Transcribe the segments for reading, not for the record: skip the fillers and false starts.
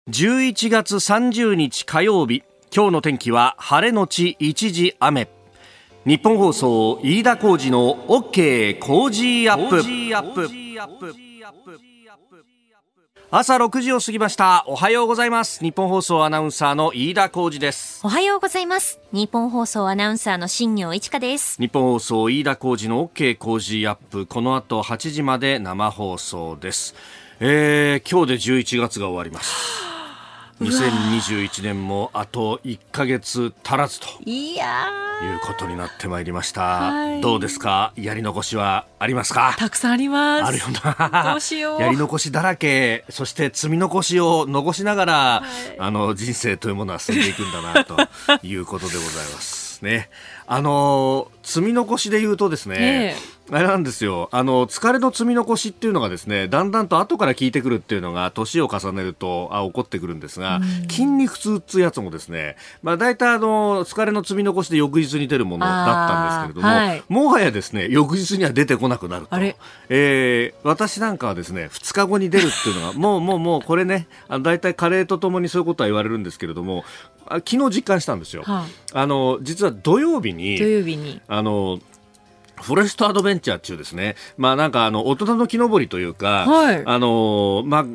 11月30日火曜日、今日の天気は晴れのち一時雨。日本放送飯田浩司の OK 工事アップ。朝6時を過ぎました。おはようございます。日本放送アナウンサーの飯田浩司です。 おはようございます。日本放送アナウンサーの新業一華です。 日本放送飯田浩司の OK 工事アップ、この後8時まで生放送です。今日で11月が終わります。2021年もあと1ヶ月足らずということになってまいりました、はい、どうですか、やり残しはありますか？ たくさんあります。 あるよな。どうしよう。やり残しだらけ、そして積み残しを残しながら、はい、人生というものは進んでいくんだなということでございますね。積み残しで言うとですね、あれなんですよ、疲れの積み残しっていうのがですね、だんだんと後から効いてくるっていうのが年を重ねると起こってくるんですが、筋肉痛っていうやつもですね、大体疲れの積み残しで翌日に出るものだったんですけれども、はい、もはやですね翌日には出てこなくなると。私なんかはですね2日後に出るっていうのがもうこれね、大体加齢とともにそういうことは言われるんですけれども、昨日実感したんですよ、実は土曜日にフォレストアドベンチャーっていうですね、なんか大人の木登りというか、はい、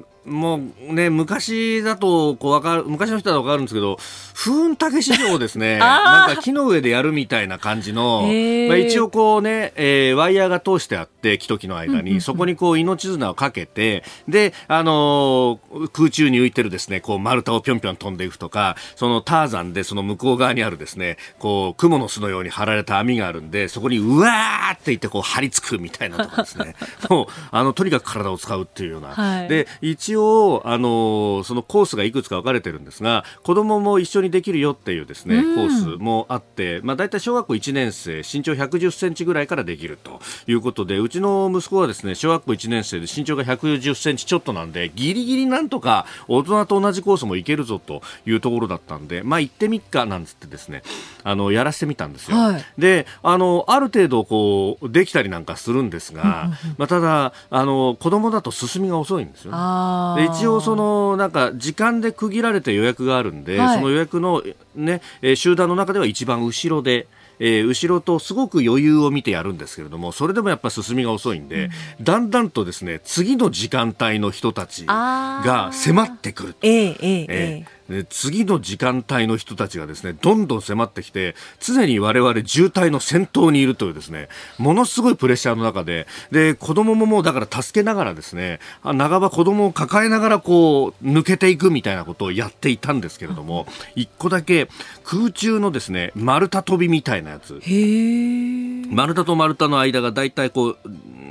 もうね、昔だと昔の人だと分かるんですけど、風雲竹市場をですねなんか木の上でやるみたいな感じの、一応こうね、ワイヤーが通してあって木と木の間に、そこにこう命綱をかけて、で、空中に浮いてるですねこう丸太をぴょんぴょん飛んでいくとか、そのターザンでその向こう側にあるですねこう蜘蛛の巣のように張られた網があるんで、そこにうわーっていってこう張り付くみたいなとかですねもうとにかく体を使うっていうような、はい、で一応そのコースがいくつか分かれてるんですが、子供も一緒にできるよっていうですね、コースもあって、だいたい小学校1年生身長110センチぐらいからできるということで、うちの息子はですね小学校1年生で身長が110センチちょっとなんで、ギリギリなんとか大人と同じコースも行けるぞというところだったんで、行ってみっかなんつってですねやらせてみたんですよ、はい、である程度こうできたりなんかするんですが、ただ子供だと進みが遅いんですよね。で一応なんか時間で区切られた予約があるんで、はい、その予約の、ね、集団の中では一番後ろで、後ろとすごく余裕を見てやるんですけれども、それでもやっぱ進みが遅いんで、だんだんとですね次の時間帯の人たちが迫ってくると。次の時間帯の人たちがですねどんどん迫ってきて、常に我々渋滞の先頭にいるというですねものすごいプレッシャーの中で、子供ももうだから助けながらですね、半ば子供を抱えながらこう抜けていくみたいなことをやっていたんですけれども、一個だけ空中のですね丸太飛びみたいなやつ、丸太と丸太の間がだいたいこう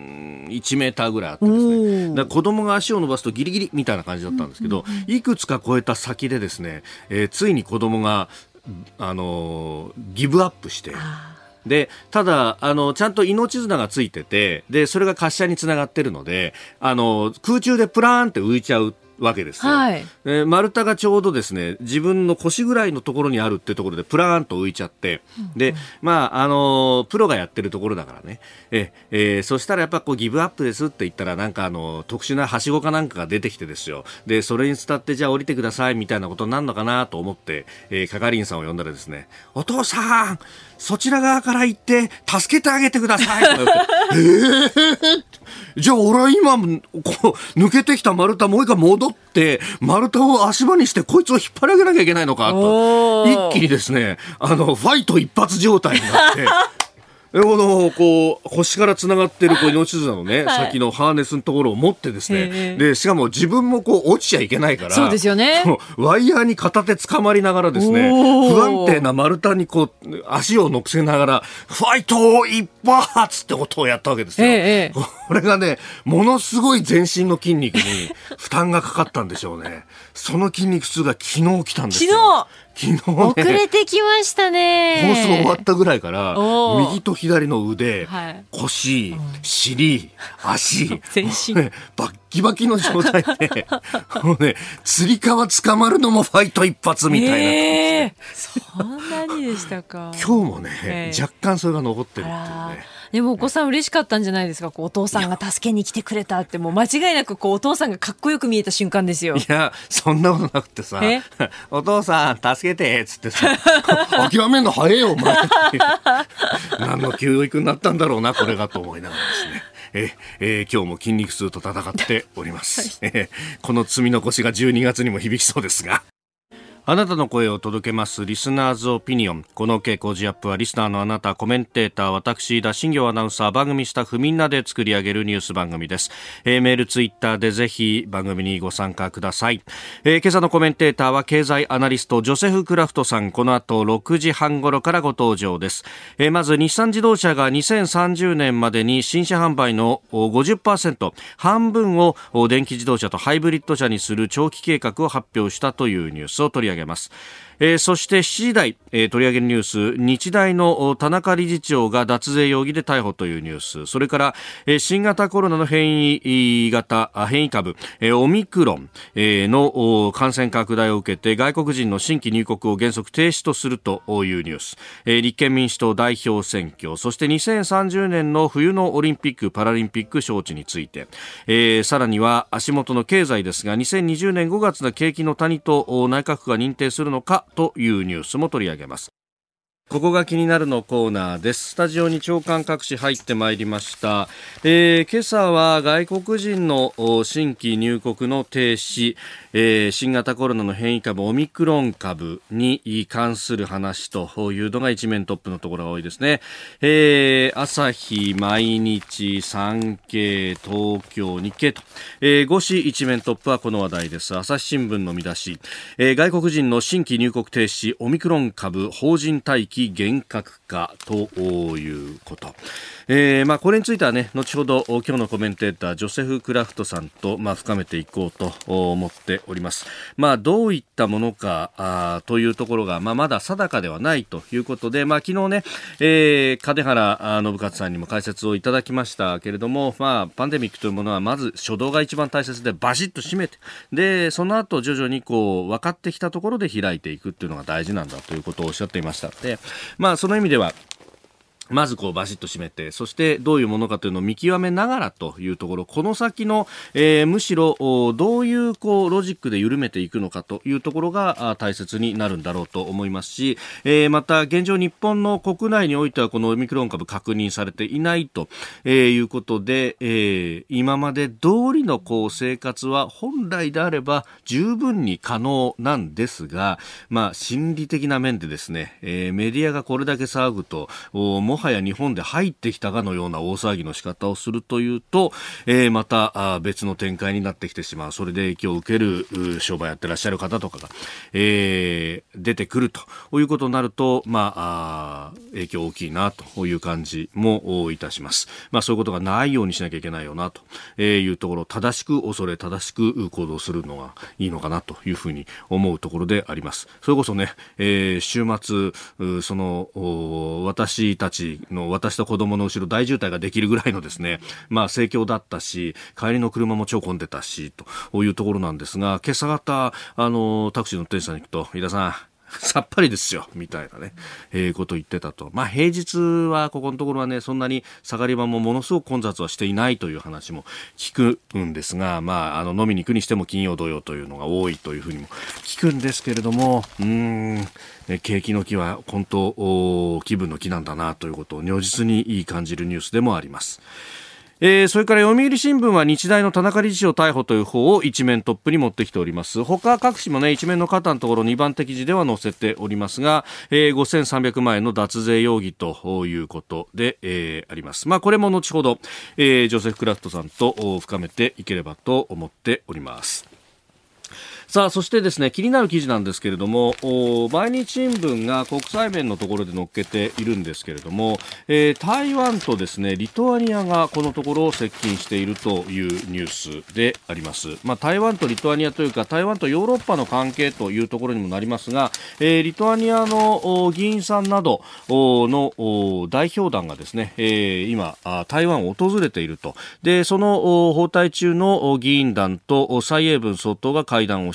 1メーターぐらいあってですね、だから子供が足を伸ばすとギリギリみたいな感じだったんですけど、いくつか超えた先でですね、ついに子供がギブアップして、でただちゃんと命綱がついてて、でそれが滑車につながってるので空中でプラーンって浮いちゃうわけですよ、はい、丸太がちょうどですね自分の腰ぐらいのところにあるってところでプラーンと浮いちゃって、でプロがやってるところだからね、そしたらやっぱこうギブアップですって言ったら、なんか特殊なはしごかなんかが出てきてですよ、でそれに伝ってじゃあ降りてくださいみたいなことになるのかなと思って、係員さんを呼んだらですね、お父さんそちら側から行って助けてあげてくださいとか言ってじゃあ俺は今こう抜けてきた丸太もう一回戻って丸太を足場にしてこいつを引っ張り上げなきゃいけないのかと、一気にですねファイト一発状態になってこう腰からつながっている命綱のね、はい、先のハーネスのところを持ってですね、でしかも自分もこう落ちちゃいけないから、 そうですよね、 ワイヤーに片手掴まりながらですね不安定な丸太にこう足を乗せながらファイト一発ってことをやったわけですよ、これがねものすごい全身の筋肉に負担がかかったんでしょうね。その筋肉痛が昨日来たんですよ。昨日ね、 遅れてきましたね。 放送終わったぐらいから右と左の腕、はい、腰、尻、足全身、 バッキバキの状態でもうねつり革捕まるのもファイト一発みたいな感じで、 そんなにでしたか。 今日もね、若干それが残ってるっていうね。 でもお子さん嬉しかったんじゃないですか。こうお父さんが助けに来てくれたって、もう間違いなくこうお父さんがかっこよく見えた瞬間ですよ。 いやそんなことなくてさ、お父さん助けてっつってさ諦めんの早えよお前何の教育になったんだろうなこれがと思いながらですね、今日も筋肉痛と戦っております、はい、この積み残しが12月にも響きそうですが、あなたの声を届けますリスナーズオピニオン。この傾向ジアップはリスナーのあなた、コメンテーター、私田新行アナウンサー、番組スタッフみんなで作り上げるニュース番組です。メールツイッターでぜひ番組にご参加ください。今朝のコメンテーターは経済アナリストジョセフ・クラフトさん、この後6時半頃からご登場です。まず日産自動車が2030年までに新車販売の 50%、半分を電気自動車とハイブリッド車にする長期計画を発表したというニュースを取り上げます。そして7時台、取り上げるニュース、日大の田中理事長が脱税容疑で逮捕というニュース、それから、新型コロナの変異株、オミクロン、の感染拡大を受けて外国人の新規入国を原則停止とするというニュース、立憲民主党代表選挙、そして2030年の冬のオリンピック・パラリンピック招致について、さらには足元の経済ですが、2020年5月の景気の谷と内閣府が認定するのかというニュースも取り上げます。ここが気になるのコーナーです。スタジオに長官各紙入ってまいりました。今朝は外国人の新規入国の停止、新型コロナの変異株オミクロン株に関する話というのが一面トップのところが多いですね。朝日、毎日、産経、東京、日経と、5紙一面トップはこの話題です。朝日新聞の見出し、外国人の新規入国停止、オミクロン株法人待機厳格化ということ、これについてはね、後ほど今日のコメンテータージョセフ・クラフトさんと、深めていこうと思っております。どういったものかというところが、まだ定かではないということで、昨日ね、金原信勝さんにも解説をいただきましたけれども、パンデミックというものはまず初動が一番大切でバシッと締めて、でその後徐々にこう分かってきたところで開いていくっていうのが大事なんだということをおっしゃっていましたので、その意味ではまずこうバシッと締めて、そしてどういうものかというのを見極めながらというところ、この先の、むしろどういうロジックで緩めていくのかというところが大切になるんだろうと思いますし、また現状日本の国内においてはこのオミクロン株確認されていないということで、今まで通りの生活は本来であれば十分に可能なんですが、心理的な面でですね、メディアがこれだけ騒ぐともはや日本で入ってきたかのような大騒ぎの仕方をするというと、また別の展開になってきてしまう。それで影響を受ける商売やってらっしゃる方とかが、出てくるということになると、影響大きいなという感じもいたします。そういうことがないようにしなきゃいけないよなというところ、正しく恐れ正しく行動するのがいいのかなというふうに思うところであります。それこそね、週末私と子供の後ろ大渋滞ができるぐらいのですね、盛況だったし、帰りの車も超混んでたしというところなんですが、今朝方タクシーの運転手さんに行くと、飯田さんさっぱりですよみたいなね、ことを言ってたと。平日はここのところはね、そんなに下がり場もものすごく混雑はしていないという話も聞くんですが、飲みに行くにしても金曜土曜というのが多いというふうにも聞くんですけれども、景気の気は本当気分の気なんだなということを如実に感じるニュースでもあります。それから読売新聞は日大の田中理事長逮捕という方を一面トップに持ってきております。他各紙もね、一面の肩のところ2番手記事では載せておりますが、5300万円の脱税容疑ということで、あります。これも後ほど、ジョセフ・クラフトさんと深めていければと思っております。さあ、そしてですね、気になる記事なんですけれども、毎日新聞が国際面のところで載っけているんですけれども、台湾とですね、リトアニアがこのところ接近しているというニュースであります。台湾とリトアニアというか、台湾とヨーロッパの関係というところにもなりますが、リトアニアの議員さんなどの代表団がですね、今台湾を訪れていると。で、その訪台中の議員団と蔡英文総統が会談をし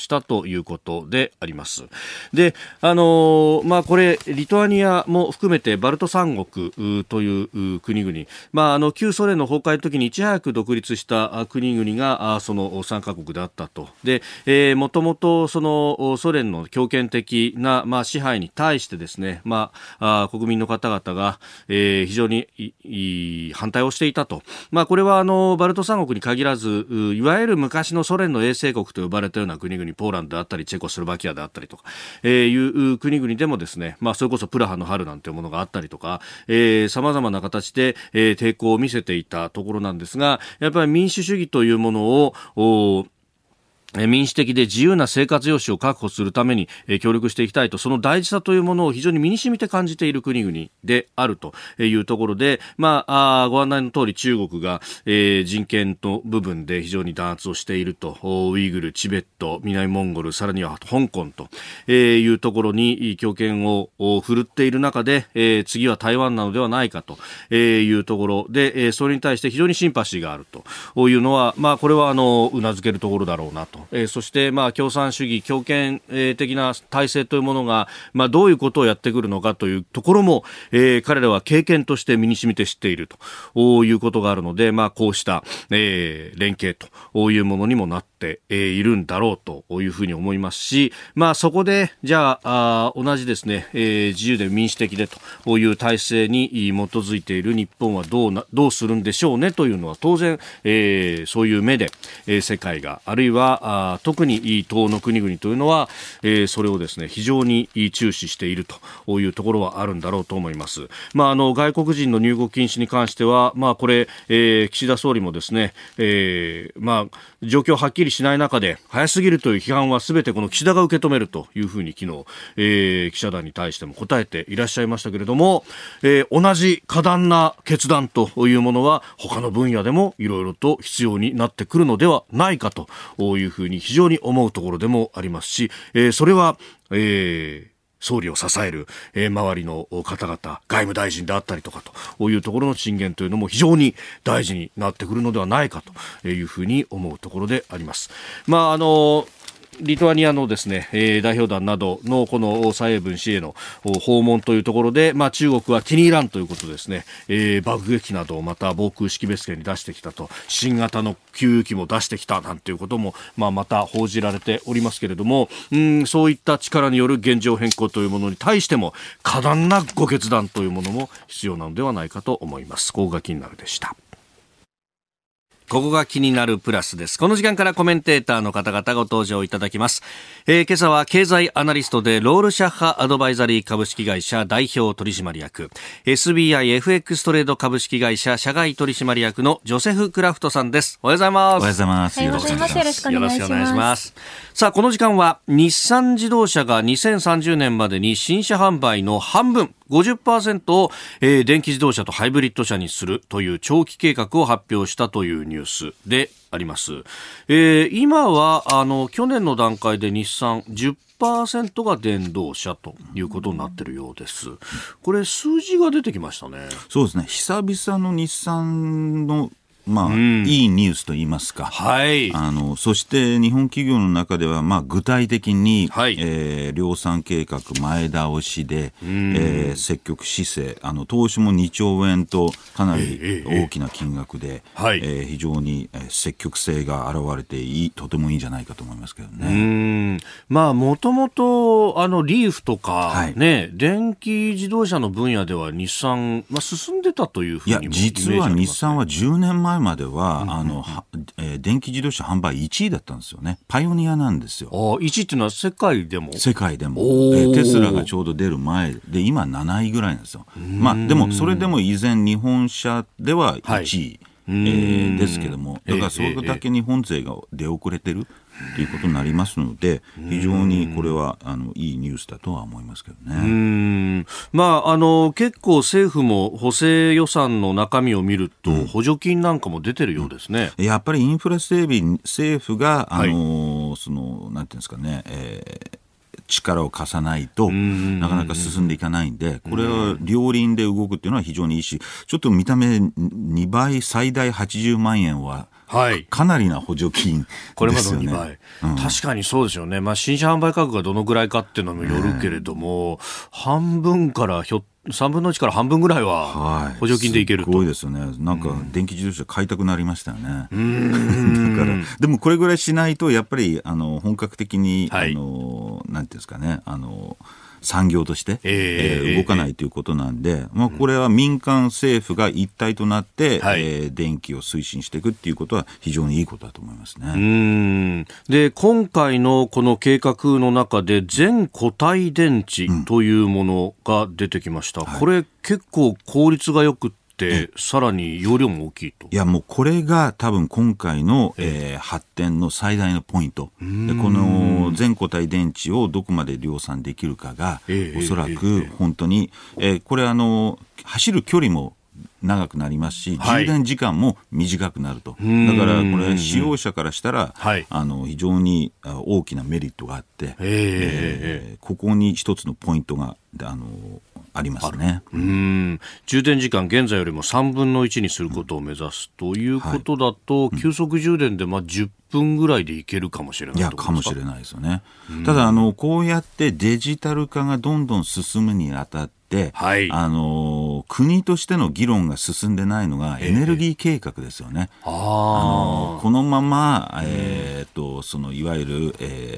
したということであります。で、これリトアニアも含めてバルト三国という国々、旧ソ連の崩壊の時にいち早く独立した国々がその3カ国であったと。で、もともとそのソ連の強権的な、支配に対してですね、国民の方々が、非常に反対をしていたと。これはバルト三国に限らず、いわゆる昔のソ連の衛星国と呼ばれたような国々、ポーランドであったりチェコスロバキアであったりとか、いう国々でもですね、それこそプラハの春なんていうものがあったりとか、様々な形で、抵抗を見せていたところなんですが、やっぱり民主主義というものを民主的で自由な生活様式を確保するために協力していきたいと、その大事さというものを非常に身に染みて感じている国々であるというところで、ご案内の通り中国が、人権の部分で非常に弾圧をしていると、ウイグル、チベット、南モンゴル、さらには香港というところに強権を振るっている中で、次は台湾なのではないかというところで、それに対して非常にシンパシーがあるというのは、これはうなずけるところだろうなと。そして共産主義強権的な体制というものがどういうことをやってくるのかというところも、彼らは経験として身に染みて知っているということがあるので、こうした、連携というものにもなっているんだろうというふうに思いますし、そこでじゃあ同じですね、自由で民主的でという体制に基づいている日本はどうするんでしょうねというのは当然、そういう目で、世界があるいは特に東の国々というのは、それをですね非常に注視しているというところはあるんだろうと思います。外国人の入国禁止に関しては、これ、岸田総理もですね、状況はっきりしない中で早すぎるという批判は全てこの岸田が受け止めるというふうに昨日、記者団に対しても答えていらっしゃいましたけれども、同じ過断な決断というものは他の分野でもいろいろと必要になってくるのではないかというふうに非常に思うところでもありますし、それは、総理を支える、周りの方々、外務大臣であったりとかというところの進言というのも非常に大事になってくるのではないかというふうに思うところであります。リトアニアのですね、代表団などのこの蔡英文氏への訪問というところで、中国は気に入らんということですね、爆撃機などをまた防空識別圏に出してきたと、新型の給油機も出してきたなんていうことも、また報じられておりますけれども、そういった力による現状変更というものに対しても果断なご決断というものも必要なのではないかと思います。ここが気になるでした。ここが気になるプラスです。この時間からコメンテーターの方々ご登場いただきます。今朝は経済アナリストでロールシャッハアドバイザリー株式会社代表取締役、 SBIFX トレード株式会社社外取締役のジョセフ・クラフトさんです。おはようございます。 おはようございます。 よろしくお願いします。 さあ、この時間は日産自動車が2030年までに新車販売の半分50% を、電気自動車とハイブリッド車にするという長期計画を発表したというニュースであります。今は去年の段階で日産10%が電動車ということになっているようです。これ数字が出てきましたね。 そうですね、久々の日産のいいニュースといいますか、 はい、 そして日本企業の中では、具体的に、 はい、 量産計画前倒しで、積極姿勢、投資も2兆円とかなり大きな金額で、非常に積極性が現れてとてもいいんじゃないかと思いますけどね。 もともとリーフとか、電気自動車の分野では日産、進んでたというふうにもイメージありますね。 実は日産は10年前までは、電気自動車販売1位だったんですよね。パイオニアなんですよ。 1位っていうのは世界でもテスラがちょうど出る前で今7位ぐらいなんですよ。でもそれでも依然日本車では1位、ですけども、だからそれだけ日本勢が出遅れてるということになりますので、非常にこれはいいニュースだとは思いますけどね。 結構政府も補正予算の中身を見ると、補助金なんかも出てるようですね。 やっぱりインフラ整備、政府がなんていうんですかね、 力を貸さないとなかなか進んでいかないんで、これは両輪で動くっていうのは非常にいいし、ちょっと見た目2倍最大80万円はかなりな補助金ですよね。 これまでの2倍、確かにそうですよね。新車販売価格がどのぐらいかっていうのもよるけれども、半分から3分の1から半分ぐらいは補助金でいけると、 すごいですよね。なんか電気自動車買いたくなりましたよね。だからでもこれぐらいしないとやっぱり本格的に、なんていうんですかね、産業として、動かないということなんで、これは民間政府が一体となって、電気を推進していくっていうことは非常にいいことだと思いますね。 で、今回のこの計画の中で全固体電池というものが出てきました。これ結構効率がよくさらに容量も大きいと。 いや、もうこれが多分今回の、発展の最大のポイントで、この全固体電池をどこまで量産できるかが、おそらく本当に、これ走る距離も長くなりますし、充電時間も短くなると。だからこれ使用者からしたら、非常に大きなメリットがあって、ここに一つのポイントがありますね。 充電時間現在よりも3分の1にすることを目指すということだと、急速充電で10分ぐらいでいけるかもしれない。 いや、かもしれないですよね。ただこうやってデジタル化がどんどん進むにあたって国としての議論が進んでないのがエネルギー計画ですよね。このまま、いわゆる、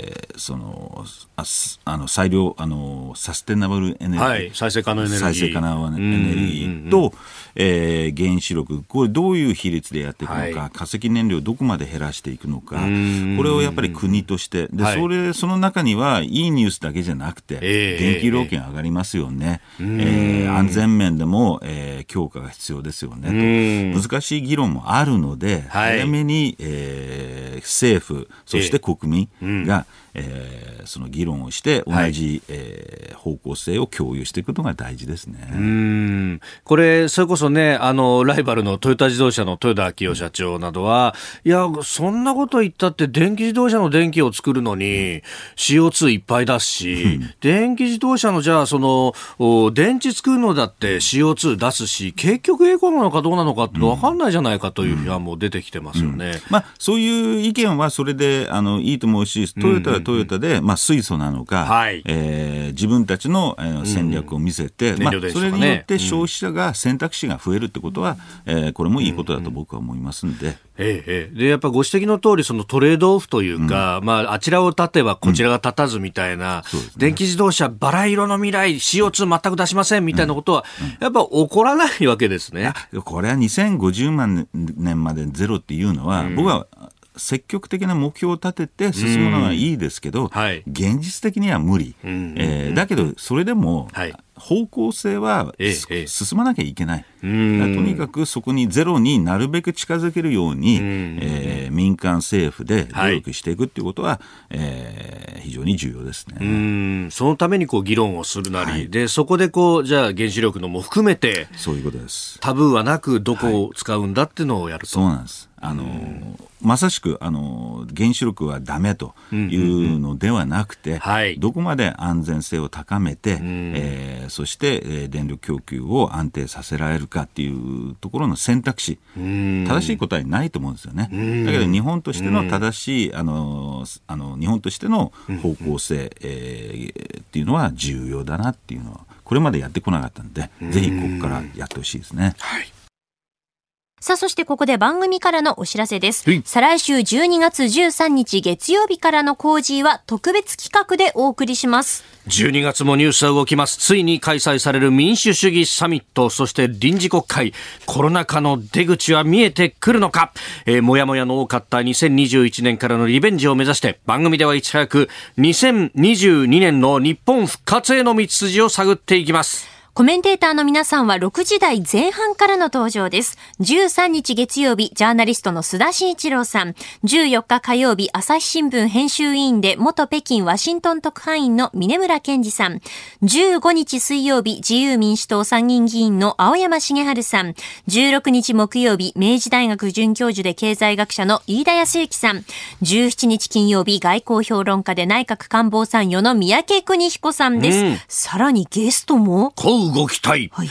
サステナブルエネルギー、 再生可能エネルギーと、原子力、これどういう比率でやっていくのか、化石燃料をどこまで減らしていくのか、これをやっぱり国としてで、その中にはいいニュースだけじゃなくて、電気料金上がりますよね。安全面でも、強化が必要ですよねと、難しい議論もあるので、早めに、政府そして国民が、その議論をして同じ、方向性を共有していくことが大事ですね。 これそれこそね、ライバルのトヨタ自動車の豊田章男社長などは、いや、そんなこと言ったって電気自動車の電気を作るのに CO2 いっぱい出すし、電気自動車のじゃあ電池作るのだって CO2 出すし、結局エコなのかどうなのかって分かんないじゃないかという批判も出てきてますよね。 そういう意見はそれでいいと思うし、トヨタはトヨタで、水素なのか、自分たちの、戦略を見せて、それによって消費者が選択肢が増えるってことは、これもいいことだと僕は思いますんで。 でやっぱご指摘の通り、そのトレードオフというか、あちらを立てばこちらが立たずみたいな、電気自動車バラ色の未来 CO2 全く出しませんみたいなことは、やっぱ起こらないわけですね。 これは2050万年までゼロっていうのは、僕は積極的な目標を立てて進むのはいいですけど、現実的には無理、だけどそれでも、方向性は、進まなきゃいけない。とにかくそこにゼロになるべく近づけるように、民間政府で努力していくということは、非常に重要ですね。 そのために議論をするなり、でそこでじゃあ原子力のも含めて、 そういうことです。 タブーはなくどこを使うんだっていうのをやると。 そうなんです。まさしく原子力はダメというのではなくて、どこまで安全性を高めて、そして、電力供給を安定させられるかっていうところの選択肢、正しい答えないと思うんですよね。だけど日本としての正しい日本としての方向性、っていうのは重要だなっていうのはこれまでやってこなかったんで、ぜひここからやってほしいですね。 さあ、そしてここで番組からのお知らせです。再来週12月13日月曜日からのコージーは特別企画でお送りします。 12月もニュースは動きます。ついに開催される民主主義サミット、そして臨時国会、コロナ禍の出口は見えてくるのか、もやもやの多かった2021年からのリベンジを目指して、番組ではいち早く2022年の日本復活への道筋を探っていきます。 コメンテーターの皆さんは6時台前半からの登場です。13日月曜日、ジャーナリストの須田慎一郎さん。14日火曜日、朝日新聞編集委員で元北京ワシントン特派員の峯村健二さん。15日水曜日、自由民主党参議院議員の青山茂春さん。16日木曜日、明治大学准教授で経済学者の飯田康之さん。17日金曜日、外交評論家で内閣官房参与の三宅邦彦さんです。さらにゲストも動きたい、はい。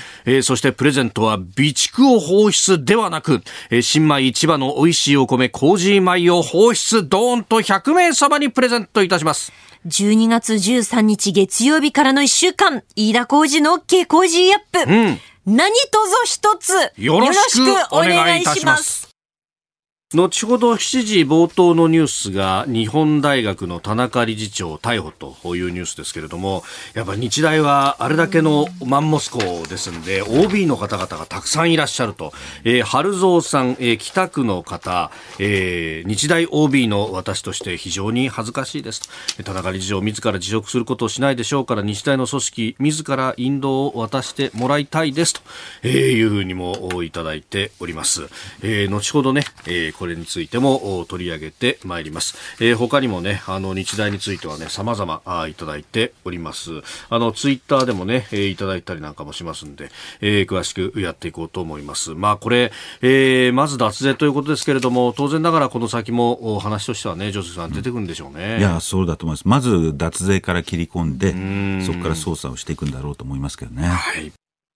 そしてプレゼントは備蓄を放出ではなく、新米千葉の美味しいお米麹米を放出ドーンと100名様にプレゼントいたします。 12月13日月曜日からの1週間、飯田浩司の OK 工事アップ、何卒一つよろしくお願いいたします。 後ほど7時冒頭のニュースが日本大学の田中理事長逮捕というニュースですけれども、やっぱり日大はあれだけのマンモス校ですんで OB の方々がたくさんいらっしゃると、春蔵さん、北区の方、日大 OB の私として非常に恥ずかしいですと、田中理事長自ら辞職することをしないでしょうから日大の組織自ら引導を渡してもらいたいですと、いうふうにもいただいております。後ほどね、これについても取り上げてまいります。他にもね、日大についてはね、様々いただいております。ツイッターでもね、いただいたりなんかもしますんで、詳しくやっていこうと思います。まあこれ、まず脱税ということですけれども、当然ながらこの先も話としてはね、ジョセフさん出てくるんでしょうね。 いや、そうだと思います。まず脱税から切り込んで、そこから捜査をしていくんだろうと思いますけどね。はい。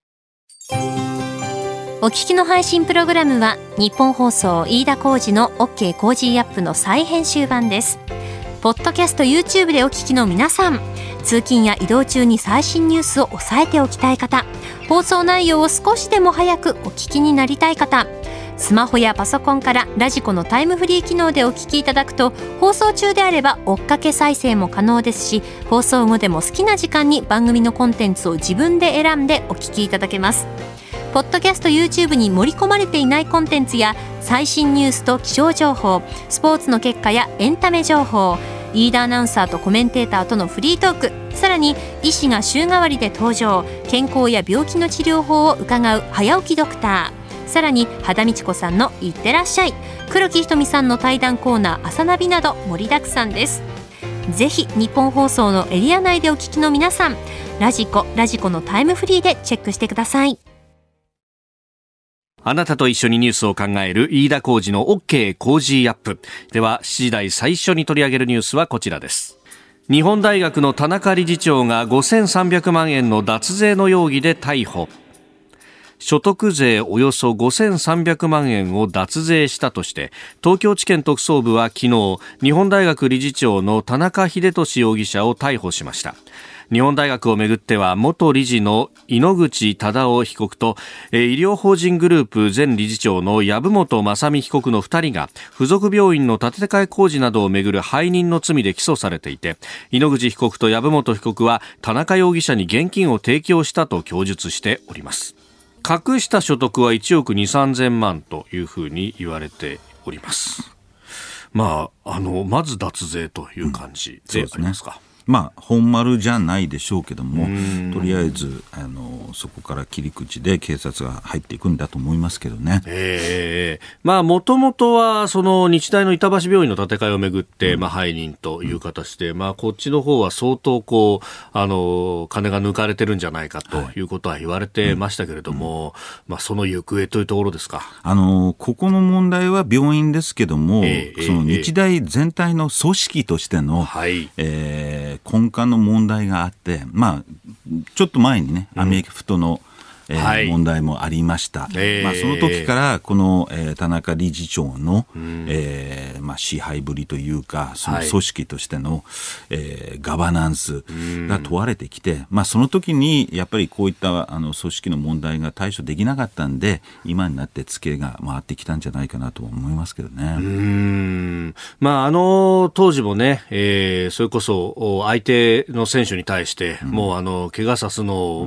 お聞きの配信プログラムは日本放送飯田浩司の OK 工事アップの再編集版です。ポッドキャスト YouTube でお聞きの皆さん、通勤や移動中に最新ニュースを押さえておきたい方、放送内容を少しでも早くお聞きになりたい方、スマホやパソコンからラジコのタイムフリー機能でお聞きいただくと、放送中であれば追っかけ再生も可能ですし、放送後でも好きな時間に番組のコンテンツを自分で選んでお聞きいただけます。ポッドキャスト YouTube に盛り込まれていないコンテンツや最新ニュースと気象情報、スポーツの結果やエンタメ情報、リーダーアナウンサーとコメンテーターとのフリートーク、さらに医師が週替わりで登場、健康や病気の治療法を伺う早起きドクター、さらに羽田美智子さんのいってらっしゃい、黒木ひとみさんの対談コーナー朝ナビなど盛りだくさんです。ぜひ日本放送のエリア内でお聞きの皆さん、ラジコのタイムフリーでチェックしてください。 あなたと一緒にニュースを考える飯田浩司の OK 工事アップ。では7時台最初に取り上げるニュースはこちらです。日本大学の田中理事長が5300万円の脱税の容疑で逮捕。所得税およそ5300万円を脱税したとして東京地検特捜部は昨日、日本大学理事長の田中英寿容疑者を逮捕しました。日本大学をめぐっては元理事の井ノ口忠男被告と医療法人グループ前理事長の籔本雅巳被告の2人が付属病院の建て替え工事などをめぐる背任の罪で起訴されていて、井ノ口被告と籔本被告は田中容疑者に現金を提供したと供述しております。隠した所得は1億2、3000万というふうに言われております。まず脱税という感じでありますか。 まあ、本丸じゃないでしょうけども、とりあえずそこから切り口で警察が入っていくんだと思いますけどね。 まあもともとはその日大の板橋病院の建て替えをめぐって、背任という形で、こっちの方は相当金が抜かれてるんじゃないかということは言われてましたけれども、その行方というところですか。 ここの問題は病院ですけども、その日大全体の組織としての、根幹の問題があって、ちょっと前にね、アメフトの、問題もありました。その時からこの、田中理事長の、支配ぶりというか、その組織としての、ガバナンスが問われてきて、その時にやっぱりこういった組織の問題が対処できなかったんで、今になってツケが回ってきたんじゃないかなと思いますけどね。 当時もね、それこそ相手の選手に対して、もう怪我さすのをもう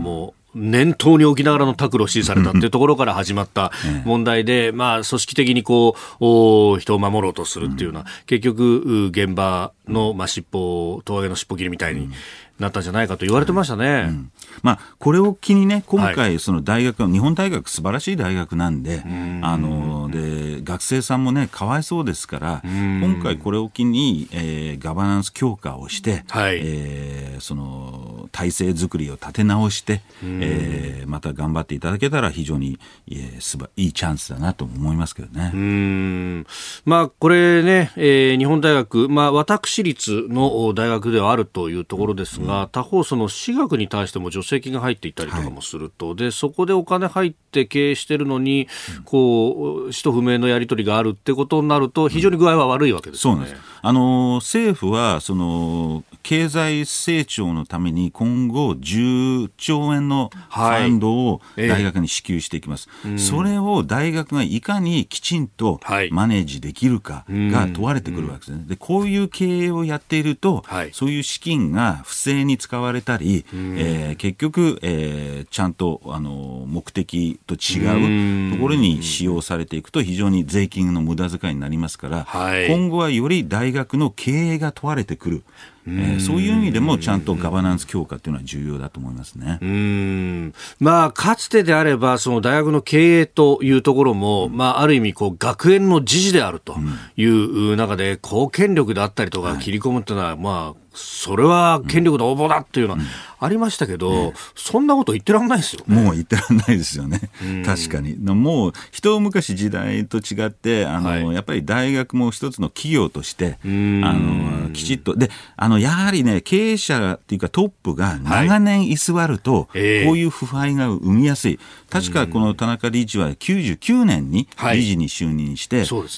念頭に置きながらのタクルを指示されたというところから始まった問題で、まあ、組織的にこう人を守ろうとするっていうのは、結局現場の、まあ、尻尾トカゲの尻尾切りみたいになったんじゃないかと言われてましたね。 まあ、これを機にね、今回その大学、日本大学素晴らしい大学なんで、で学生さんもねかわいそうですから、今回これを機に、ガバナンス強化をして、その体制作りを立て直して、また頑張っていただけたら非常にいいチャンスだなと思いますけどね。 まあ、これね、日本大学、まあ、私立の大学ではあるというところですが、他方その私学に対しても助成金が入っていたりとかもすると、でそこでお金入って経営しているのに、こう使途不明のやり取りがあるってことになると非常に具合は悪いわけですよね。 そうなんです。政府はその経済成長のために今後10兆円のファンドを大学に支給していきます、それを大学がいかにきちんとマネージできるかが問われてくるわけですね。でこういう経営をやっていると、そういう資金が不正に使われたり、結局、ちゃんと目的と違うところに使用されていくと非常に税金の無駄遣いになりますから、今後はより大学の経営が問われてくる。そういう意味でもちゃんとガバナンス強化というのは重要だと思いますね。 まあ、かつてであればその大学の経営というところも、まあ、ある意味こう学園の自治であるという中で、公権力であったりとか切り込むというのは、まあそれは権力の横暴だっていうのはありましたけど、そんなこと言ってらんないですよね。 もう言ってらんないですよね。確かにもう一昔時代と違ってやっぱり大学も一つの企業としてきちっとでやはりね経営者っていうかトップが長年居座ると、こういう腐敗が生みやすい。確かこの田中理事は99年に理事に就任して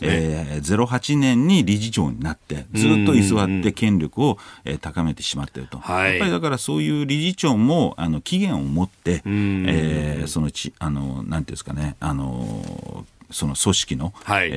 、08年に理事長になってずっと居座って権力を高めてしまっていると、やっぱりだからそういう理事長も期限を持って、そのなんていうんですかね、その組織の、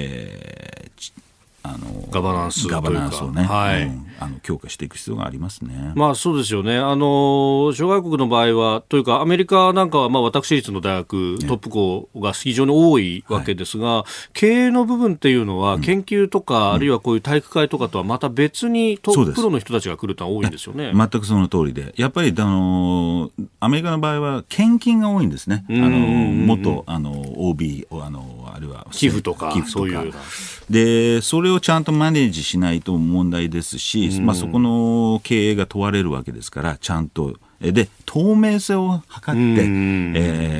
ガバナンスをね、強化していく必要がありますね。 まあそうですよね。諸外国の場合はというかアメリカなんかはまあ私立の大学トップ校が非常に多いわけですが、経営の部分っていうのは研究とか、あるいはこういう体育会とかとはまた別にプロの人たちが来るとは多いんですよね。 全くその通りで、やっぱりアメリカの場合は献金が多いんですね。元OB あるいは寄付とかそういうでそれをちゃんとマネージしないと問題ですし、そこの経営が問われるわけですから、ちゃんとで透明性を図って、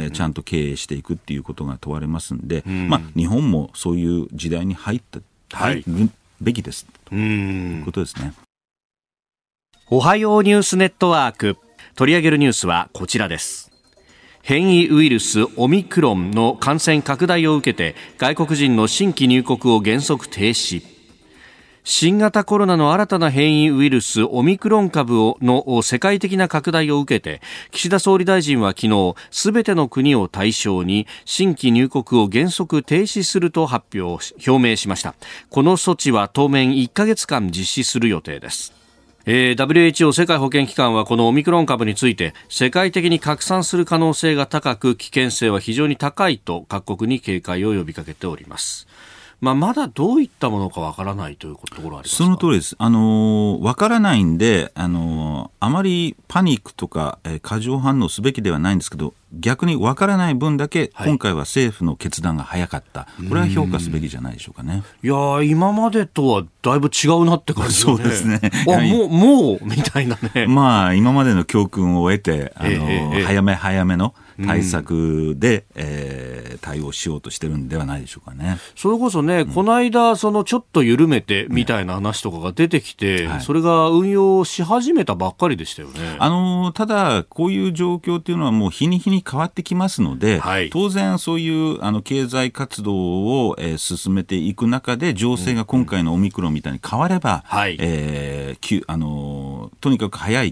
ちゃんと経営していくっていうことが問われますんで、日本もそういう時代に入るべきですということですね。 おはようニュースネットワーク、取り上げるニュースはこちらです。変異ウイルスオミクロンの感染拡大を受けて外国人の新規入国を原則停止。新型コロナの新たな変異ウイルスオミクロン株の世界的な拡大を受けて、岸田総理大臣は昨日すべての国を対象に新規入国を原則停止すると表明しました。この措置は当面1ヶ月間実施する予定です。WHO 世界保健機関はこのオミクロン株について世界的に拡散する可能性が高く危険性は非常に高いと各国に警戒を呼びかけております。まだどういったものかわからないというところはありますか。 その通りです。わからないんであまりパニックとか、過剰反応すべきではないんですけど、逆にわからない分だけ今回は政府の決断が早かった、これは評価すべきじゃないでしょうかね。 いや今までとはだいぶ違うなって感じですね。 そうですね。 もうみたいなね。 今までの教訓を得て早めの対策で、対応しようとしてるんではないでしょうかね。 それこそね、この間ちょっと緩めてみたいな話とかが出てきて、それが運用し始めたばっかりでしたよね。 ただこういう状況っていうのはもう日に日に変わってきますので、当然そういう経済活動を、進めていく中で情勢が今回のオミクロンみたいに変われば、とにかく早い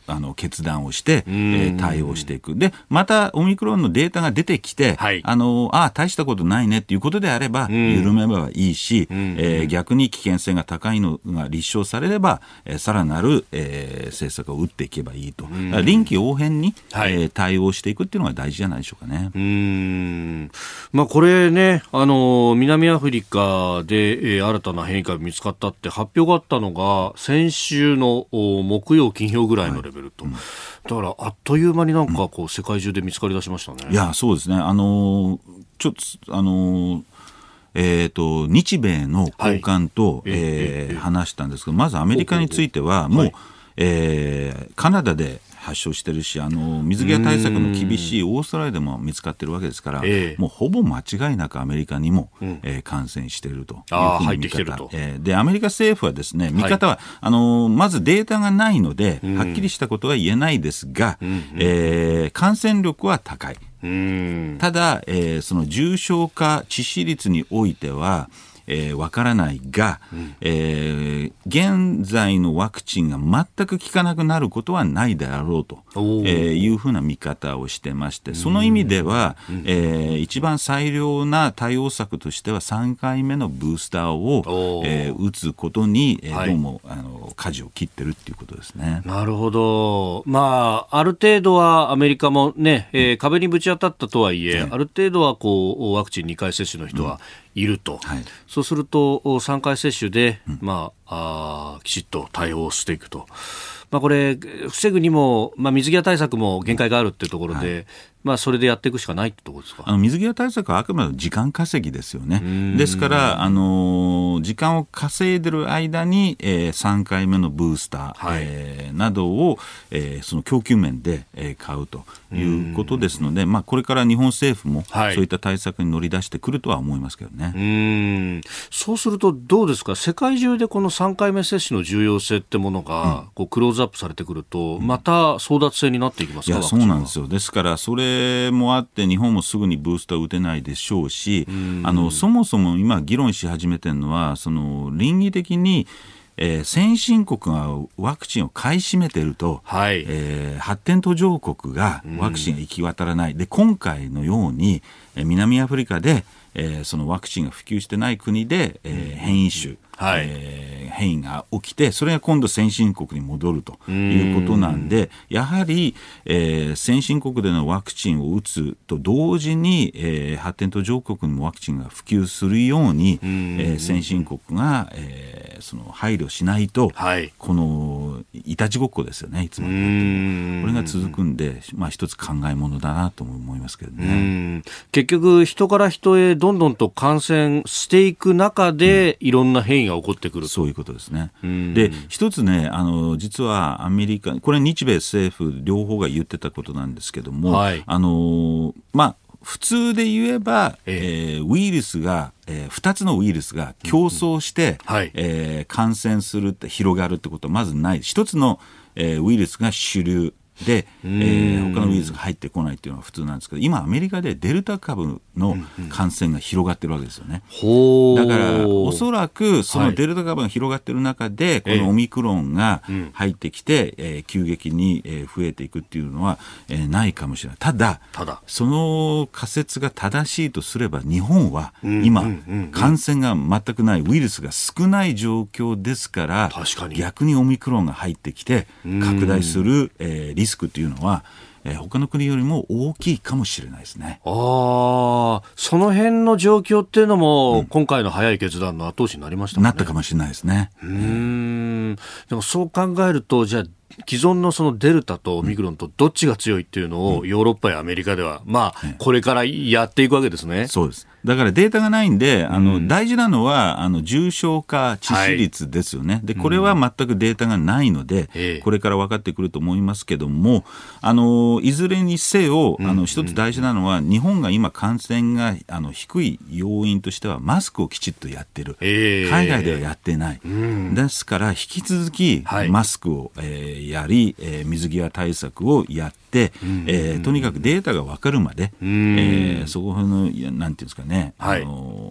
決断をして、対応していく。でまたオミクロンのデータが出てきて、はい、大したことないねっていうことであれば、緩めばいいし、逆に危険性が高いのが立証されれば、さらなる、政策を打っていけばいいと、臨機応変に、対応していくっていうのが大事じゃないでしょうかね。 これね、南アフリカで、新たな変異株見つかったって発表があったのが先週の木曜金曜ぐらいのレベルと、だからあっという間になんかこう、世界中で見つかり出しましたね。 いやそうですね、ちょっと日米の高官と、話したんですけど、まずアメリカについてはもう、カナダで発症してるし、水際対策の厳しいオーストラリアでも見つかってるわけですから、もうほぼ間違いなくアメリカにも、感染しているというふうに入ってきてると。 でアメリカ政府はですね、見方は、まずデータがないので、はっきりしたことは言えないですが、感染力は高い。ただ、その重症化致死率においてはわからないが、現在のワクチンが全く効かなくなることはないであろうと、いうふうな見方をしてまして、その意味では、一番最良な対応策としては3回目のブースターを、打つことに、どうも舵を切ってるっていうことですね。 なるほど。ある程度はアメリカもね、壁にぶち当たったとはいえ、ある程度はこうワクチン2回接種の人はいると、そうすると3回接種で、きちっと対応していくと、これ防ぐにも、水際対策も限界があるっていうところで、それでやっていくしかないってところですか。 水際対策はあくまで時間稼ぎですよね。ですから、時間を稼いでる間に、3回目のブースター、などを、その供給面で、買うということですので、これから日本政府もそういった対策に乗り出してくるとは思いますけどね。 そうするとどうですか、世界中でこの3回目接種の重要性ってものが、こうクローズアップされてくると、また争奪戦になっていきますか。 そうなんですよ。ですからそれもあって日本もすぐにブースターを打てないでしょうし、そもそも今議論し始めてるのは、その倫理的に先進国がワクチンを買い占めていると、発展途上国がワクチンが行き渡らない。で今回のように南アフリカでそのワクチンが普及してない国で、変異種、変異が起きて、それが今度先進国に戻るということなんで、やはり、先進国でのワクチンを打つと同時に、発展途上国にもワクチンが普及するように、先進国が、その配慮しないと、このいたちごっこですよね、いつもこれが続くんで、一つ考えものだなと思いますけどね。 結局人から人へどんどんと感染していく中で、いろんな変異が起こってくると。 そういうことですね。で一つね、実はアメリカ、これ日米政府両方が言ってたことなんですけども、普通で言えば、ウイルスが、2つのウイルスが競争して、感染するって広がるってことはまずない。一つの、ウイルスが主流で、他のウイルスが入ってこないっていうのは普通なんですけど、今アメリカでデルタ株の感染が広がってるわけですよね。だからおそらくそのデルタ株が広がってる中で、このオミクロンが入ってきて、急激に増えていくっていうのはないかもしれない。ただその仮説が正しいとすれば、日本は今感染が全くない、ウイルスが少ない状況ですから、逆にオミクロンが入ってきて拡大するリスクっていうのは、他の国よりも大きいかもしれないですね。 その辺の状況っていうのも、今回の早い決断の後押しになりましたね。 なったかもしれないですね。 でもそう考えると、じゃあ既存のそのデルタとオミクロンとどっちが強いっていうのを、ヨーロッパやアメリカではこれからやっていくわけですね。 そうです。だからデータがないんで、大事なのは重症化致死率ですよね。でこれは全くデータがないので、これから分かってくると思いますけども、いずれにせよ一つ大事なのは、日本が今感染が低い要因としてはマスクをきちっとやってる、海外ではやってない、ですから引き続きマスクを、やり、水際対策をやって、とにかくデータが分かるまで、そこのなんていうんですかね、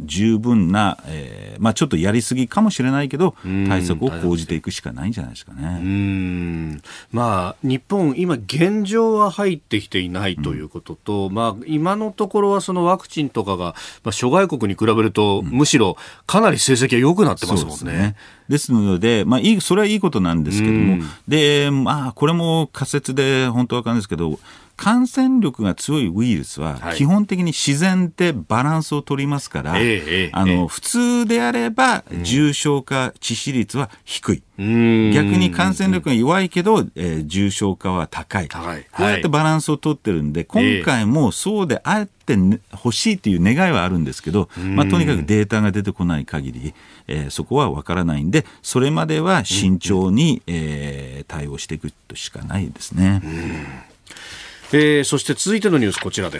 十分な、ちょっとやりすぎかもしれないけど対策を講じていくしかないんじゃないですかね。 日本今現状は入ってきていないということと、今のところはそのワクチンとかが、諸外国に比べると、むしろかなり成績が良くなってますもんね。 ですので、それはいいことなんですけども、で、これも仮説で本当は分かるんですけど、感染力が強いウイルスは基本的に自然でバランスを取りますから、普通であれば重症化致死率は低い。逆に感染力が弱いけど、重症化は高い。こうやってバランスを取ってるんで、今回もそうであって欲しいという願いはあるんですけど、とにかくデータが出てこない限り、そこは分からないんで、それまでは慎重に、対応していくしかないですね。 そして続いてのニュースこちらです。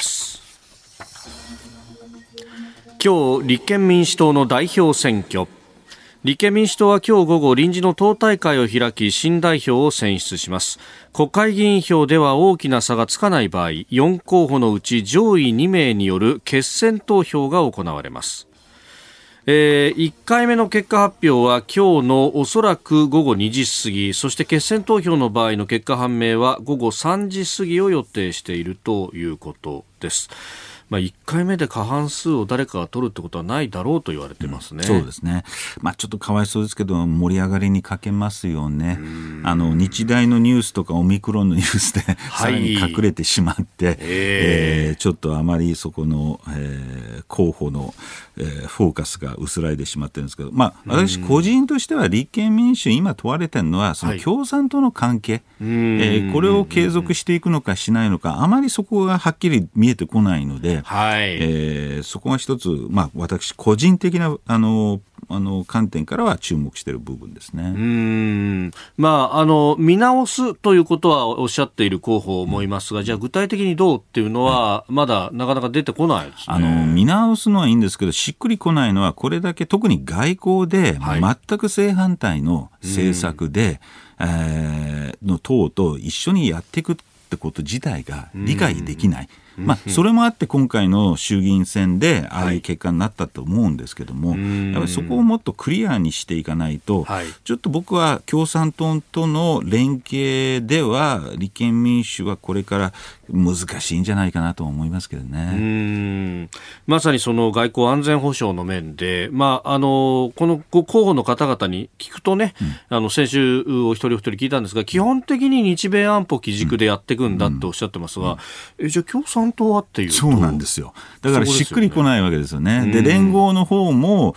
今日立憲民主党の代表選挙、立憲民主党は今日午後臨時の党大会を開き新代表を選出します。国会議員票では大きな差がつかない場合、4候補のうち上位2名による決選投票が行われます。1回目の結果発表は今日のおそらく午後2時過ぎ、そして決選投票の場合の結果判明は午後3時過ぎを予定しているということです。1回目で過半数を誰かが取るってことはないだろうと言われてますね。 そうですね。ちょっとかわいそうですけど盛り上がりに欠けますよね。日大のニュースとかオミクロンのニュースでさらに隠れてしまって、ちょっとあまりそこの、候補の、フォーカスが薄らいでしまってるんですけど、私個人としては立憲民主今問われてるのはその共産党の関係、これを継続していくのかしないのか、あまりそこがはっきり見えてこないので、そこが一つ、私個人的な観点からは注目している部分ですね。 見直すということはおっしゃっている候補を思いますが、じゃあ具体的にどうっていうのはまだなかなか出てこないですね。 見直すのはいいんですけど、しっくりこないのはこれだけ特に外交で全く正反対の政策で、の党と一緒にやっていくってこと自体が理解できない。それもあって今回の衆議院選でああいう結果になったと思うんですけども、やっぱりそこをもっとクリアにしていかないと、ちょっと僕は共産党との連携では立憲民主はこれから難しいんじゃないかなと思いますけどね。 まさにその外交安全保障の面で、この候補の方々に聞くとね、先週お一人お一人聞いたんですが、基本的に日米安保基軸でやっていくんだっておっしゃってますが、じゃあ共産党はっていうと、 そうなんですよ。だからしっくりこないわけですよね。で、連合の方も、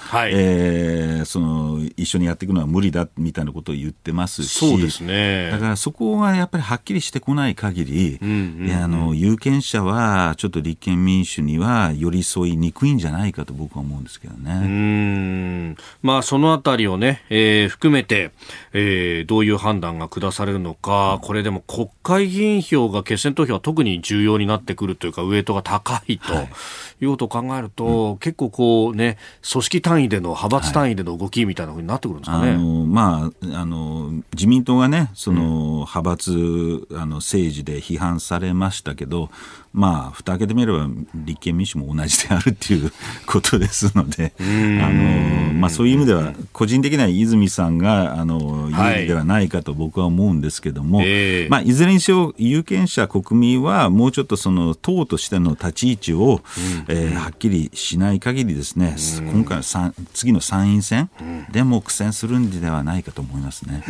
一緒にやっていくのは無理だみたいなことを言ってますし、 そうですね。 だからそこがやっぱりはっきりしてこない限り、有権者はちょっと立憲民主には寄り添いにくいんじゃないかと僕は思うんですけどね。 そのあたりをね、含めて、どういう判断が下されるのか、これでも国会議員票が決選投票は特に重要になってくるというか、ウエイトが高いということを考えると、結構こうね、組織単位での派閥単位での動きみたいな風になってくるんですかね。 自民党がね、その派閥政治で批判されましたけど、蓋開けてみれば立憲民主も同じであるっていうことですので、そういう意味では個人的には泉さんが有利ではないかと僕は思うんですけども、いずれにしろ有権者国民はもうちょっとその党としての立ち位置を、はっきりしない限りですね、今回の次の参院選でも苦戦するんではないかと思いますね。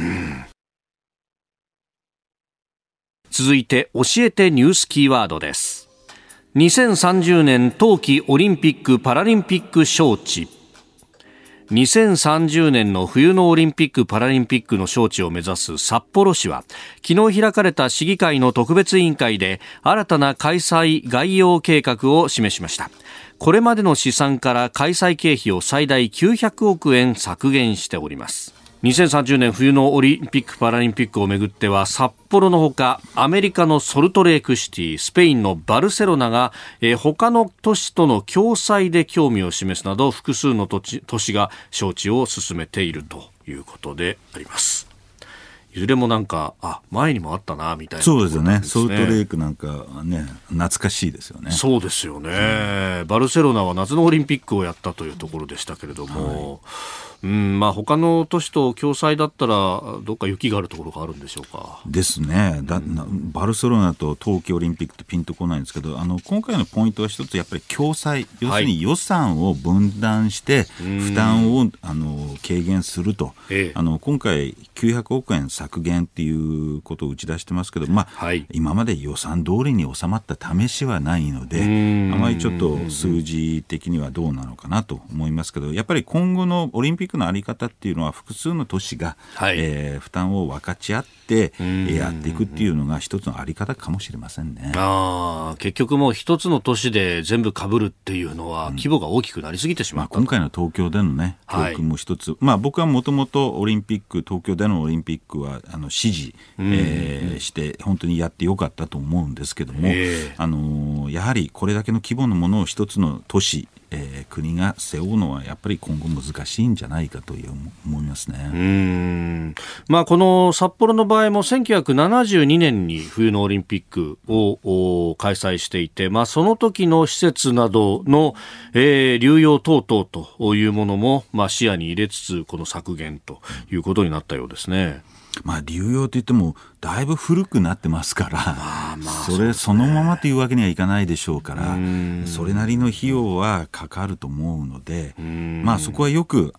続いて教えてニュースキーワードです。2030年冬季オリンピック・パラリンピック招致。2030年の冬のオリンピック・パラリンピックの招致を目指す札幌市は、昨日開かれた市議会の特別委員会で新たな開催概要計画を示しました。これまでの試算から開催経費を最大900億円削減しております。2030年冬のオリンピック・パラリンピックをめぐっては、札幌のほかアメリカのソルトレークシティ、スペインのバルセロナが、他の都市との共催で興味を示すなど、複数の都市が招致を進めているということであります。 いずれもなんか前にもあったなみたいな、 そうですよね。ソルトレイクなんかね、懐かしいですよね。 そうですよね、バルセロナは夏のオリンピックをやったというところでしたけれども、他の都市と共催だったらどっか雪があるところがあるんでしょうか。 ですね。バルセロナと冬季オリンピックってピンとこないんですけど、今回のポイントは一つやっぱり共催、要するに予算を分断して負担を軽減すると、今回900億円削減っていうことを打ち出してますけど、今まで予算通りに収まった試しはないので、あまりちょっと数字的にはどうなのかなと思いますけど、やっぱり今後のオリンピックのあり方っていうのは複数の都市が、負担を分かち合ってやっていくっていうのが一つのあり方かもしれませんね。 結局もう一つの都市で全部被るっていうのは規模が大きくなりすぎてしまった、 今回の東京でのね教訓も一つ、僕はもともとオリンピック、東京でのオリンピックは支持、して本当にやってよかったと思うんですけども、やはりこれだけの規模のものを一つの都市、国が背負うのはやっぱり今後難しいんじゃないかと思いますね。 この札幌の場合も1972年に冬のオリンピックを開催していて、その時の施設などの、流用等々というものも、視野に入れつつこの削減ということになったようですね。 流用といってもだいぶ古くなってますから、そのままというわけにはいかないでしょうから、それなりの費用はかかると思うので、そこはよく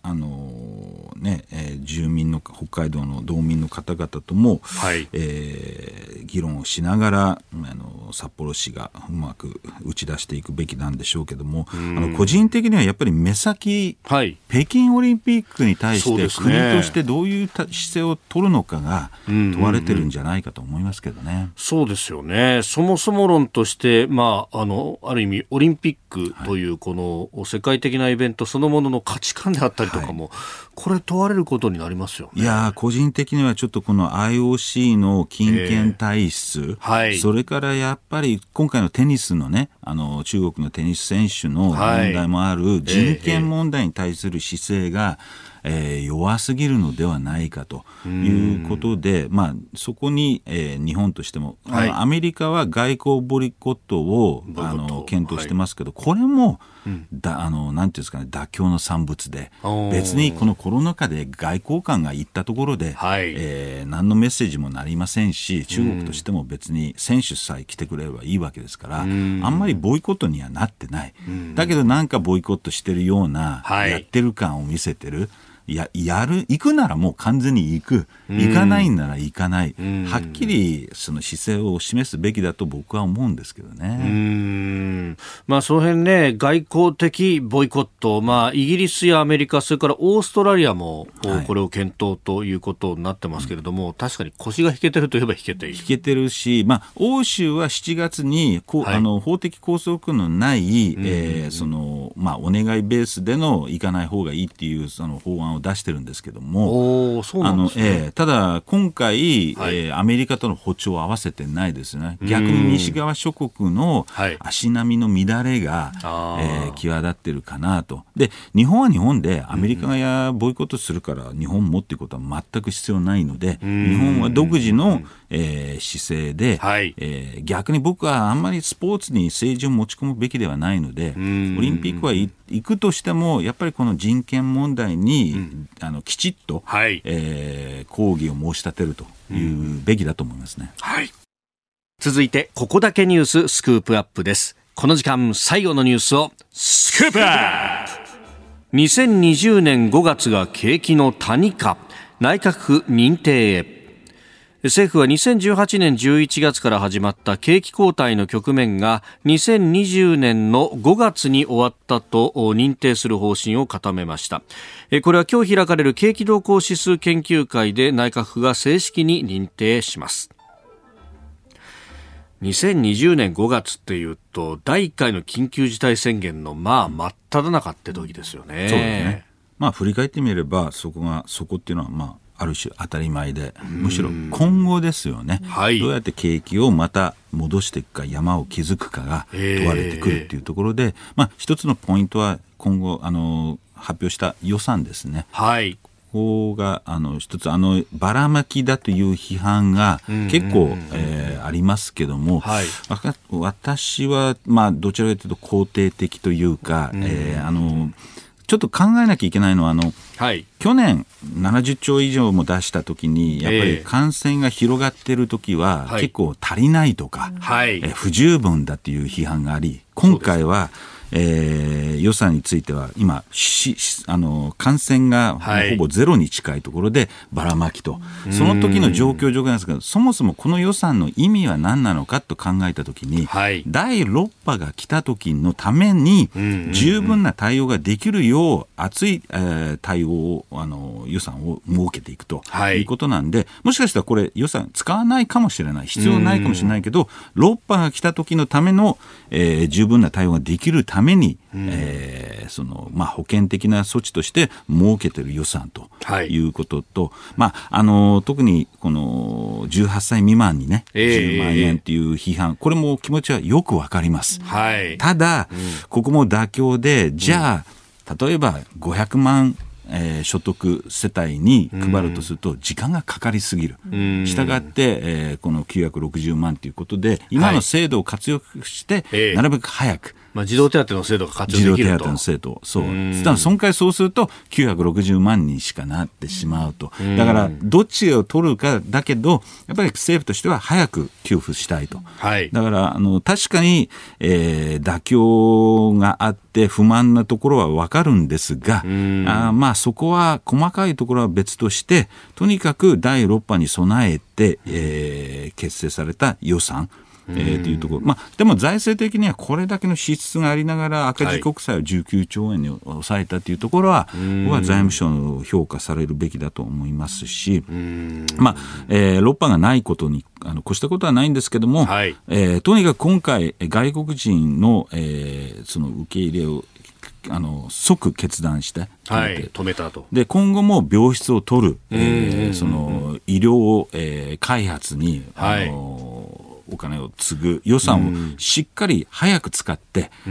住民の北海道の道民の方々とも、議論をしながら札幌市がうまく打ち出していくべきなんでしょうけども、個人的にはやっぱり目先、北京オリンピックに対して国としてどういう姿勢を取るのかが問われてるんじゃないかと思いますけどね。 そうですよね。そもそも論として、ある意味オリンピックというこの世界的なイベントそのものの価値観であったりとかも、これ問われることになりますよね。 いや個人的にはちょっとこの IOC の金権体質、それからやっぱり今回のテニスのね、中国のテニス選手の問題もある人権問題に対する姿勢が、弱すぎるのではないかということで、そこに、日本としても、アメリカは外交ボイコットを検討してますけど、これもなんていうんですかね、妥協の産物で、別にこのコロナ禍で外交官が行ったところで、何のメッセージもなりませんし、中国としても別に選手さえ来てくれればいいわけですから、あんまりボイコットにはなってない。だけどなんかボイコットしてるような、やってる感を見せてる。行くならもう完全に行く、行かないんなら行かない、はっきりその姿勢を示すべきだと僕は思うんですけどね。 その辺ね、外交的ボイコット、イギリスやアメリカ、それからオーストラリアもこれを検討ということになってますけれども、確かに腰が引けてるといえば引けている。 引けてるし、欧州は7月に法的拘束のない、お願いベースでの行かない方がいいっていうその法案を出してるんですけども、 そうなんですね。 ただ今回、アメリカとの歩調を合わせてないですね。逆に西側諸国の足並みの乱れが、際立ってるかなと。で、日本は日本でアメリカがボイコットするから日本もっていうことは全く必要ないので、日本は独自の、姿勢で、逆に僕はあんまりスポーツに政治を持ち込むべきではないので、オリンピックは行くとしてもやっぱりこの人権問題に、きちっと、抗議を申し立てるというべきだと思いますね。 続いてここだけニューススクープアップです。この時間最後のニュースをスクープアップ。2020年5月が景気の谷か、内閣府認定へ。政府は2018年11月から始まった景気後退の局面が2020年の5月に終わったと認定する方針を固めました。これは今日開かれる景気動向指数研究会で内閣府が正式に認定します。2020年5月っていうと第1回の緊急事態宣言の真っ只中って時ですよね。 そうですね。振り返ってみればそこっていうのはある種当たり前で、むしろ今後ですよね、どうやって景気をまた戻していくか、山を築くかが問われてくるっていうところで、一つのポイントは今後発表した予算ですね。 こが一つばらまきだという批判が結構、ありますけども、はい、私は、どちらかというと肯定的というか、ちょっと考えなきゃいけないのははい、去年70兆以上も出したときにやっぱり感染が広がっているときは結構足りないとか、不十分だという批判があり、今回は予算については今感染がほぼゼロに近いところでばらまきと、その時の状況なんですけど、そもそもこの予算の意味は何なのかと考えた時に、第6波が来た時のために十分な対応ができるよう厚い対応を予算を設けていくということなんで、もしかしたらこれ予算使わないかもしれない、必要ないかもしれないけど、6波が来た時のための十分な対応ができるために保険的な措置として設けている予算ということと、特にこの18歳未満にね、10万円という批判、これも気持ちはよくわかります。ただ、ここも妥協で、じゃあ例えば500万所得世帯に配るとすると時間がかかりすぎる。したがって、この960万ということで今の制度を活用して、なるべく早く、 児童手当の制度が活用できると。児童手当の制度、そう。その回そうすると960万人しかなってしまうと。だからどっちを取るかだけど、やっぱり政府としては早く給付したいと。だから確かに、妥協があって不満なところはわかるんですが、そこは細かいところは別として、とにかく第6波に備えて、結成された予算というところ、でも財政的にはこれだけの支出がありながら赤字国債を19兆円に抑えたというところは、僕は財務省の評価されるべきだと思いますし、6波がないことに越したことはないんですけども、とにかく今回外国人の、その受け入れを即決断して止めたと。 で今後も病室を取る、その医療、開発にお金を継ぐ予算をしっかり早く使って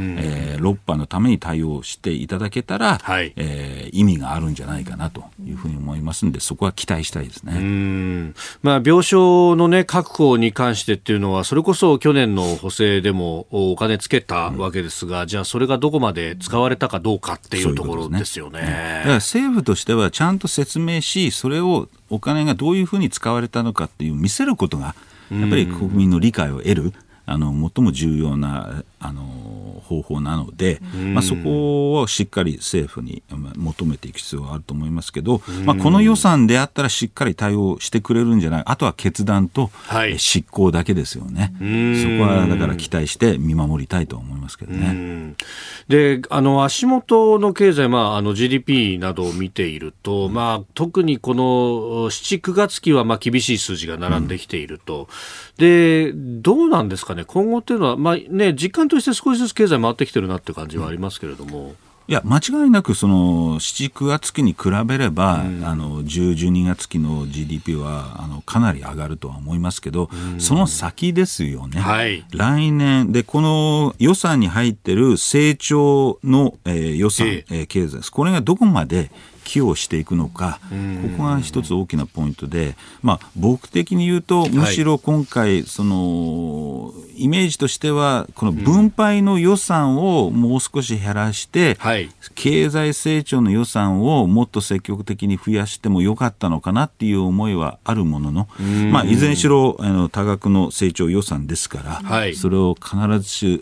、6波のために対応していただけたら、意味があるんじゃないかなというふうに思いますので、そこは期待したいですね。 病床の、確保に関してっていうのはそれこそ去年の補正でもお金つけたわけですが、じゃあそれがどこまで使われたかどうかっていうところですよね。 だから政府としてはちゃんと説明し、それをお金がどういうふうに使われたのかっていう見せることがやっぱり国民の理解を得る最も重要な方法なので、そこをしっかり政府に求めていく必要があると思いますけど、この予算であったらしっかり対応してくれるんじゃない、あとは決断と執行だけですよね。そこはだから期待して見守りたいと思いますけどね。 で足元の経済、GDP などを見ていると、特にこの7、9月期は厳しい数字が並んできていると。でどうなんですかね、今後っていうのは、実感として少しずつ経済回ってきてるなっていう感じはありますけれども。 いや間違いなくその7、9月期に比べれば、10、12月期の GDP はかなり上がるとは思いますけど、その先ですよね。来年でこの予算に入ってる成長の、予算、経済です。これがどこまで寄与していくのか、ここが一つ大きなポイントで、僕的に言うとむしろ今回そのイメージとしてはこの分配の予算をもう少し減らして、経済成長の予算をもっと積極的に増やしてもよかったのかなっていう思いはあるものの、いずれにしろ多額の成長予算ですから、それを必ずし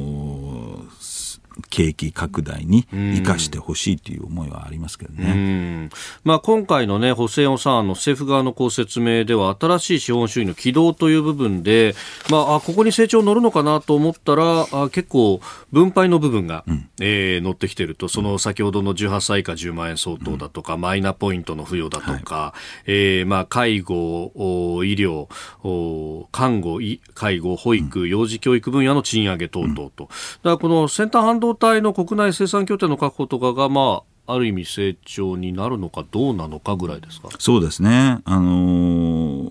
景気拡大に生かしてほしいという思いはありますけどね。 今回の、補正予算案の政府側の説明では新しい資本主義の起動という部分で、ここに成長乗るのかなと思ったら結構分配の部分が、乗ってきていると、その先ほどの18歳以下10万円相当だとか、マイナポイントの付与だとか、介護、医療、看護、介護、保育、幼児教育分野の賃上げ等々と、だからこの先端半導体の国内生産拠点の確保とかが、ある意味成長になるのかどうなのかぐらいですか。 そうですね。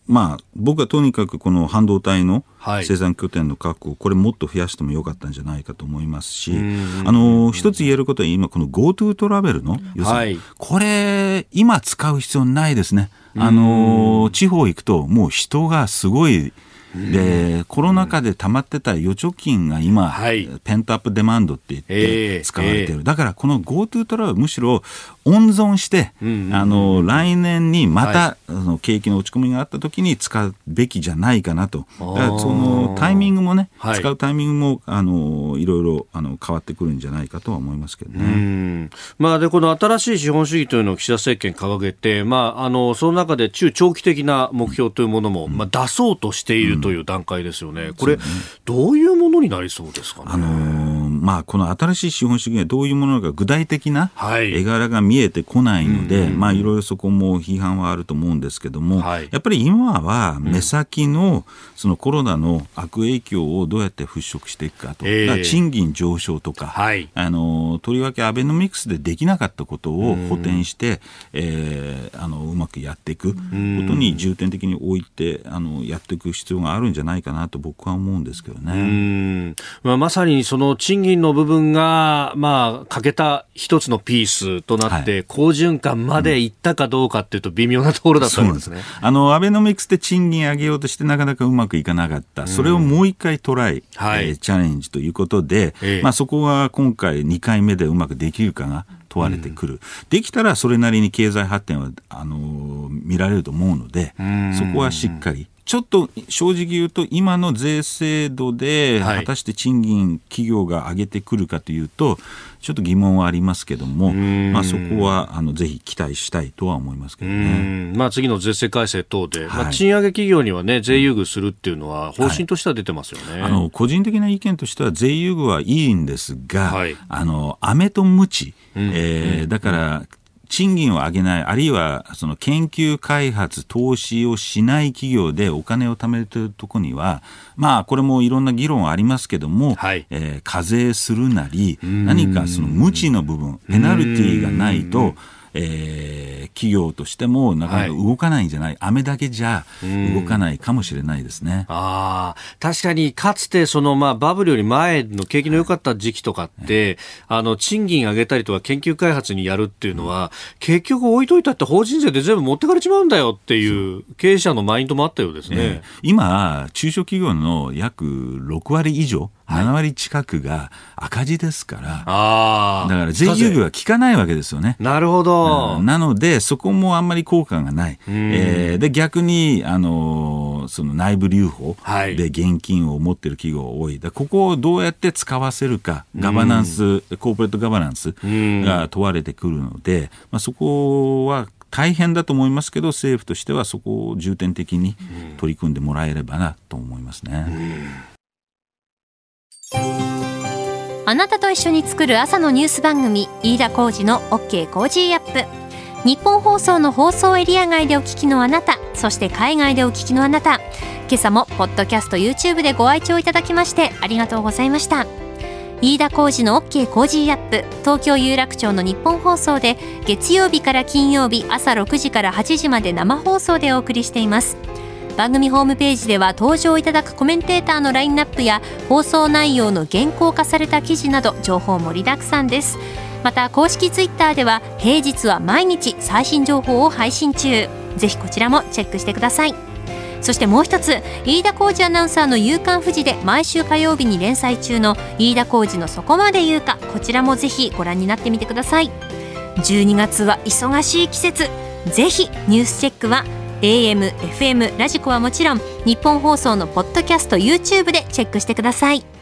僕はとにかくこの半導体の生産拠点の確保、これもっと増やしてもよかったんじゃないかと思いますし、一つ言えることは今この GoTo トラベルの予算、これ今使う必要ないですね。地方行くともう人がすごいでコロナ禍で溜まってた預貯金が今、ペントアップデマンドって言って使われている、だからこの GoTo トラベルむしろ温存して、来年にまた、景気の落ち込みがあった時に使うべきじゃないかなと。だからそのタイミングもね、使うタイミングもいろいろ変わってくるんじゃないかとは思いますけどね。 でこの新しい資本主義というのを岸田政権掲げて、その中で中長期的な目標というものも、出そうとしているという段階ですよね。これ、どういうものになりそうですかね。 この新しい資本主義がどういうものなのか具体的な絵柄が見えてこないので、いろいろそこも批判はあると思うんですけども、やっぱり今は目先のそのコロナの悪影響をどうやって払拭していくかと、賃金上昇とか、とりわけアベノミクスでできなかったことを補填して、うまくやっていくことに重点的に置いてやっていく必要があるんじゃないかなと僕は思うんですけどね。 まさにその賃金の部分が、欠けた一つのピースとなって、好循環までいったかどうかっていうと微妙なところだったんですね。 アベノミクスで賃金上げようとしてなかなかうまくいかなかった、それをもう一回トライ、チャレンジということで、そこが今回2回目でうまくできるかが問われてくる、できたらそれなりに経済発展は見られると思うので、そこはしっかりちょっと正直言うと今の税制度で果たして賃金企業が上げてくるかというとちょっと疑問はありますけども、そこはぜひ期待したいとは思いますけどね。 次の税制改正等で、賃上げ企業にはね税優遇するっていうのは方針としては出てますよね。 個人的な意見としては税優遇はいいんですが、飴と鞭、だから賃金を上げない、あるいはその研究開発投資をしない企業でお金を貯めるというところにはこれもいろんな議論ありますけども、課税するなり何かその無知の部分ペナルティーがないと企業としてもなかなか動かないんじゃない、飴だけじゃ動かないかもしれないですね。 確かにかつてそのバブルより前の景気の良かった時期とかって、賃金上げたりとか研究開発にやるっていうのは、結局置いといたって法人税で全部持ってかれちまうんだよっていう経営者のマインドもあったようですね。 今中小企業の約6割以上7割近くが赤字ですから、だから税優遇は効かないわけですよね。 なるほど。 なのでそこもあんまり効果がない、で逆にその内部留保で現金を持っている企業が多い。ここをどうやって使わせるか、ガバナンス、コーポレートガバナンスが問われてくるので、そこは大変だと思いますけど、政府としてはそこを重点的に取り組んでもらえればなと思いますね。 あなたと一緒に作る朝のニュース番組、飯田浩司の OK コージーアップ。日本放送の放送エリア外でお聞きのあなた、そして海外でお聞きのあなた、今朝もポッドキャスト YouTube でご愛聴いただきましてありがとうございました。飯田浩司の OK コージーアップ、東京有楽町の日本放送で月曜日から金曜日朝6時から8時まで生放送でお送りしています。番組ホームページでは登場いただくコメンテーターのラインナップや放送内容の原稿化された記事など情報盛りだくさんです。また公式ツイッターでは平日は毎日最新情報を配信中、ぜひこちらもチェックしてください。そしてもう一つ、飯田浩司アナウンサーの夕刊フジで毎週火曜日に連載中の飯田浩司のそこまで言うか、こちらもぜひご覧になってみてください。12月は忙しい季節、ぜひニュースチェックはAM、FM、ラジコはもちろん日本放送のポッドキャスト YouTube でチェックしてください。